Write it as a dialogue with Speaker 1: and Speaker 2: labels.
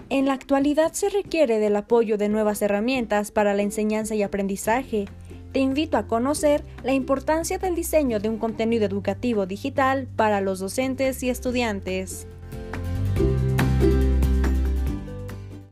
Speaker 1: En la actualidad se requiere del apoyo de nuevas herramientas para la enseñanza y aprendizaje. Te invito a conocer la importancia del diseño de un contenido educativo digital para los docentes y estudiantes.